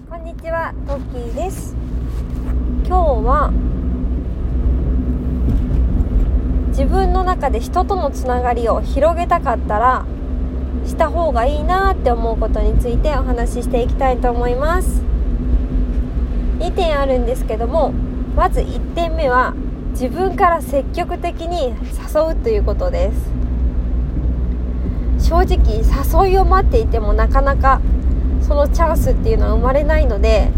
こんにちは、トッキーです。今日は自分の中で人とのつながりを広げたかったらした方がいいなって思うことについてお話ししていきたいと思います。2点あるんですけども、まず1点目は自分から積極的に誘うということです。正直誘いを待っていてもなかなかそのチャンスっていうのは生まれないので、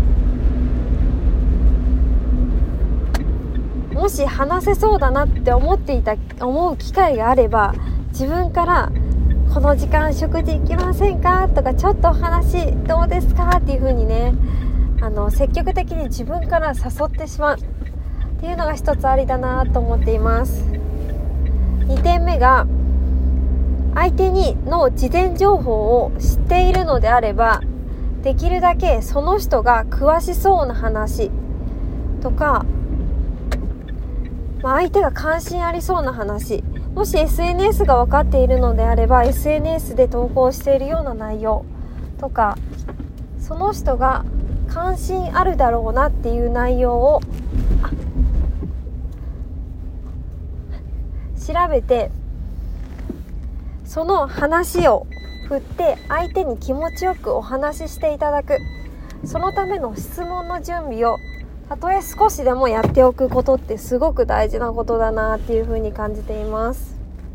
もし話せそうだなって思う機会があれば、自分からこの時間食事行きませんかとか、ちょっとお話どうですかっていう風にね、積極的に自分から誘ってしまうっていうのが一つありだなと思っています。2点目が、相手の事前情報を知っているのであれば、できるだけその人が詳しそうな話とか、相手が関心ありそうな話、もし SNS が分かっているのであれば SNS で投稿しているような内容とか、その人が関心あるだろうなっていう内容を調べて、その話を振って相手に気持ちよくお話ししていただく、そのための質問の準備をたとえ少しでもやっておくことってすごく大事なことだなっていうふうに感じています。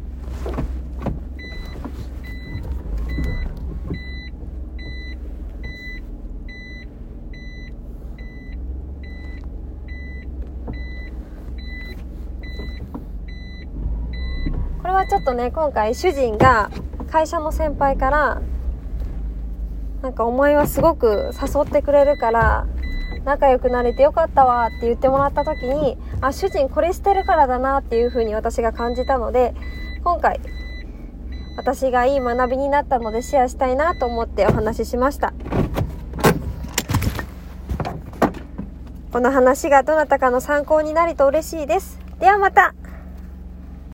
これはちょっとね、今回主人が会社の先輩からお前はすごく誘ってくれるから仲良くなれてよかったわって言ってもらった時に、主人これしてるからだなっていう風に私が感じたので、今回私がいい学びになったのでシェアしたいなと思ってお話ししました。この話がどなたかの参考になると嬉しいです。ではまた。